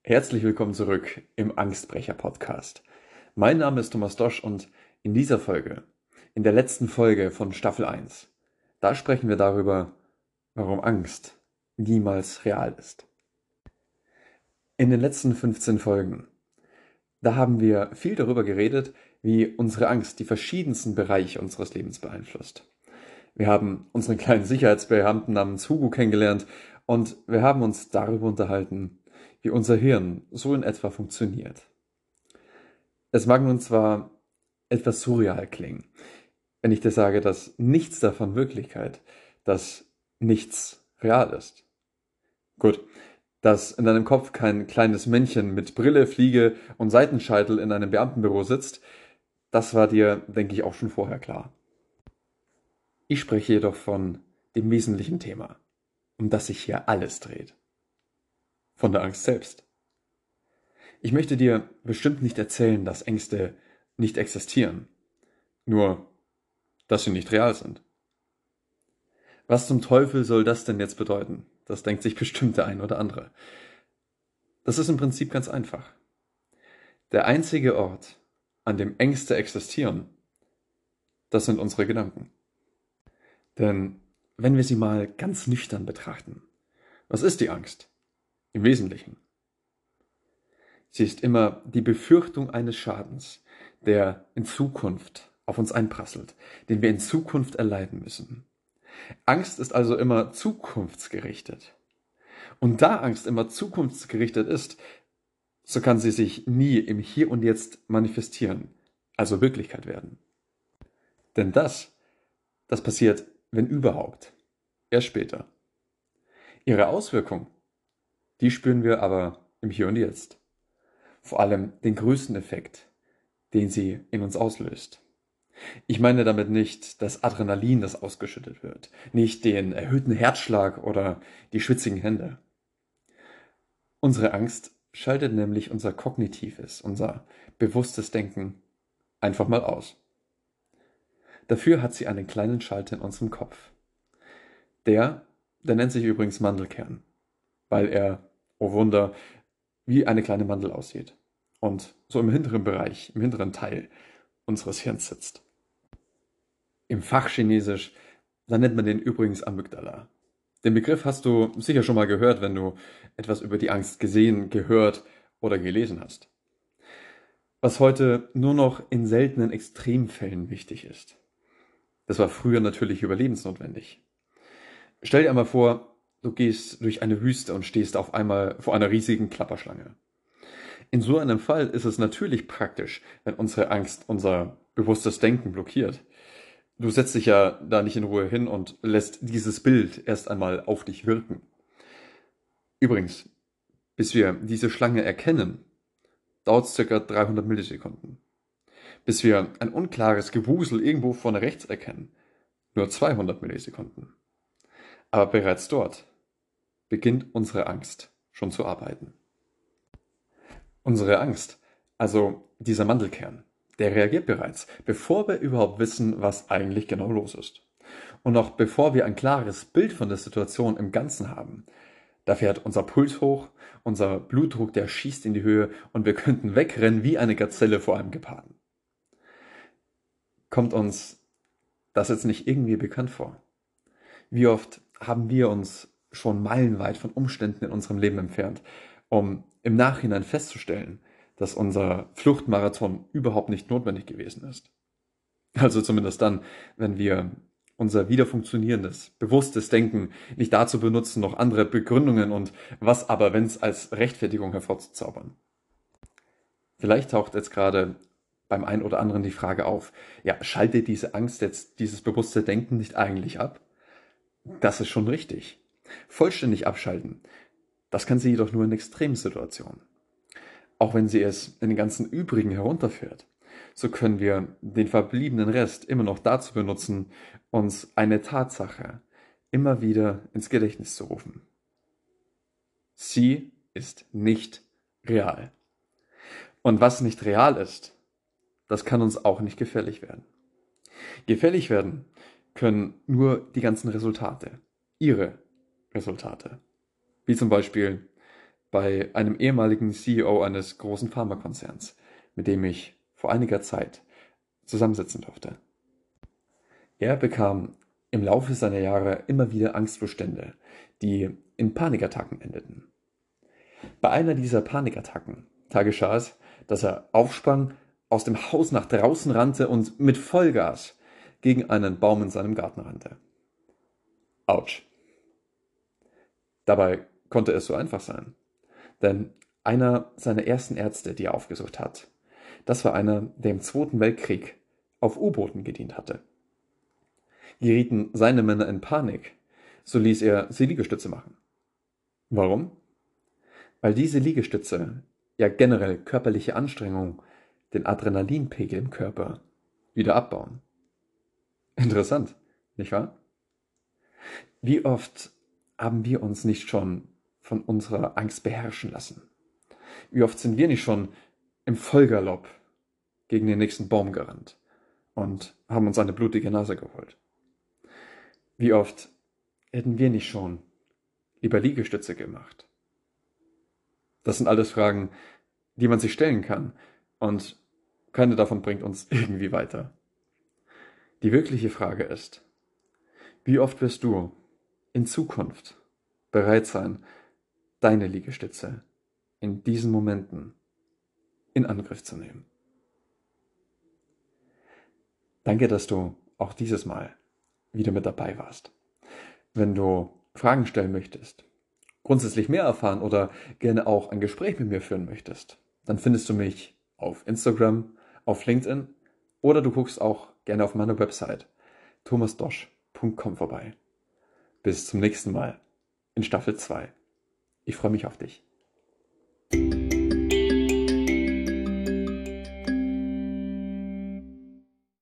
Herzlich willkommen zurück im Angstbrecher-Podcast. Mein Name ist Thomas Dosch und in dieser Folge, in der letzten Folge von Staffel 1, da sprechen wir darüber, warum Angst niemals real ist. In den letzten 15 Folgen, da haben wir viel darüber geredet, wie unsere Angst die verschiedensten Bereiche unseres Lebens beeinflusst. Wir haben unseren kleinen Sicherheitsbeamten namens Hugo kennengelernt und wir haben uns darüber unterhalten, wie unser Hirn so in etwa funktioniert. Es mag nun zwar etwas surreal klingen, wenn ich dir sage, dass nichts davon Wirklichkeit, dass nichts real ist. Gut, dass in deinem Kopf kein kleines Männchen mit Brille, Fliege und Seitenscheitel in einem Beamtenbüro sitzt, das war dir, denke ich, auch schon vorher klar. Ich spreche jedoch von dem wesentlichen Thema, um das sich hier alles dreht. Von der Angst selbst. Ich möchte dir bestimmt nicht erzählen, dass Ängste nicht existieren, nur dass sie nicht real sind. Was zum Teufel soll das denn jetzt bedeuten? Das denkt sich bestimmt der ein oder andere. Das ist im Prinzip ganz einfach. Der einzige Ort, an dem Ängste existieren, das sind unsere Gedanken. Denn wenn wir sie mal ganz nüchtern betrachten, was ist die Angst? Im Wesentlichen. Sie ist immer die Befürchtung eines Schadens, der in Zukunft auf uns einprasselt, den wir in Zukunft erleiden müssen. Angst ist also immer zukunftsgerichtet. Und da Angst immer zukunftsgerichtet ist, so kann sie sich nie im Hier und Jetzt manifestieren, also Wirklichkeit werden. Denn das passiert, wenn überhaupt, erst später. Ihre Auswirkung, die spüren wir aber im Hier und Jetzt. Vor allem den größten Effekt, den sie in uns auslöst. Ich meine damit nicht das Adrenalin, das ausgeschüttet wird, nicht den erhöhten Herzschlag oder die schwitzigen Hände. Unsere Angst schaltet nämlich unser kognitives, unser bewusstes Denken einfach mal aus. Dafür hat sie einen kleinen Schalter in unserem Kopf. Der nennt sich übrigens Mandelkern, weil er, oh Wunder, wie eine kleine Mandel aussieht und so im hinteren Bereich, im hinteren Teil unseres Hirns sitzt. Im Fachchinesisch, da nennt man den übrigens Amygdala. Den Begriff hast du sicher schon mal gehört, wenn du etwas über die Angst gesehen, gehört oder gelesen hast. Was heute nur noch in seltenen Extremfällen wichtig ist. Das war früher natürlich überlebensnotwendig. Stell dir einmal vor, du gehst durch eine Wüste und stehst auf einmal vor einer riesigen Klapperschlange. In so einem Fall ist es natürlich praktisch, wenn unsere Angst unser bewusstes Denken blockiert. Du setzt dich ja da nicht in Ruhe hin und lässt dieses Bild erst einmal auf dich wirken. Übrigens, bis wir diese Schlange erkennen, dauert es ca. 300 Millisekunden. Bis wir ein unklares Gewusel irgendwo vorne rechts erkennen, nur 200 Millisekunden. Aber bereits dort beginnt unsere Angst schon zu arbeiten. Unsere Angst, also dieser Mandelkern, der reagiert bereits, bevor wir überhaupt wissen, was eigentlich genau los ist. Und auch bevor wir ein klares Bild von der Situation im Ganzen haben, da fährt unser Puls hoch, unser Blutdruck, der schießt in die Höhe und wir könnten wegrennen wie eine Gazelle vor einem Geparden. Kommt uns das jetzt nicht irgendwie bekannt vor? Wie oft haben wir uns schon meilenweit von Umständen in unserem Leben entfernt, um im Nachhinein festzustellen, dass unser Fluchtmarathon überhaupt nicht notwendig gewesen ist. Also zumindest dann, wenn wir unser wieder funktionierendes, bewusstes Denken nicht dazu benutzen, noch andere Begründungen und was aber wenn's als Rechtfertigung hervorzuzaubern. Vielleicht taucht jetzt gerade beim einen oder anderen die Frage auf, ja, schaltet diese Angst jetzt dieses bewusste Denken nicht eigentlich ab? Das ist schon richtig. Vollständig abschalten, das kann sie jedoch nur in Extremsituationen. Auch wenn sie es in den ganzen übrigen herunterfährt, so können wir den verbliebenen Rest immer noch dazu benutzen, uns eine Tatsache immer wieder ins Gedächtnis zu rufen. Sie ist nicht real. Und was nicht real ist, das kann uns auch nicht gefährlich werden. Gefährlich werden können nur die ganzen Resultate, ihre Resultate. Wie zum Beispiel bei einem ehemaligen CEO eines großen Pharmakonzerns, mit dem ich vor einiger Zeit zusammensitzen durfte. Er bekam im Laufe seiner Jahre immer wieder Angstzustände, die in Panikattacken endeten. Bei einer dieser Panikattacken, da geschah es, dass er aufsprang, aus dem Haus nach draußen rannte und mit Vollgas gegen einen Baum in seinem Garten rannte. Autsch. Dabei konnte es so einfach sein. Denn einer seiner ersten Ärzte, die er aufgesucht hat, das war einer, der im Zweiten Weltkrieg auf U-Booten gedient hatte. Gerieten seine Männer in Panik, so ließ er sie Liegestütze machen. Warum? Weil diese Liegestütze ja generell körperliche Anstrengung den Adrenalinpegel im Körper wieder abbauen. Interessant, nicht wahr? Wie oft haben wir uns nicht schon von unserer Angst beherrschen lassen? Wie oft sind wir nicht schon im Vollgalopp gegen den nächsten Baum gerannt und haben uns eine blutige Nase geholt? Wie oft hätten wir nicht schon lieber Liegestütze gemacht? Das sind alles Fragen, die man sich stellen kann, und keine davon bringt uns irgendwie weiter. Die wirkliche Frage ist, wie oft wirst du in Zukunft bereit sein, deine Liegestütze in diesen Momenten in Angriff zu nehmen? Danke, dass du auch dieses Mal wieder mit dabei warst. Wenn du Fragen stellen möchtest, grundsätzlich mehr erfahren oder gerne auch ein Gespräch mit mir führen möchtest, dann findest du mich auf Instagram, auf LinkedIn, oder du guckst auch gerne auf meiner Website thomasdosch.com vorbei. Bis zum nächsten Mal in Staffel 2. Ich freue mich auf dich.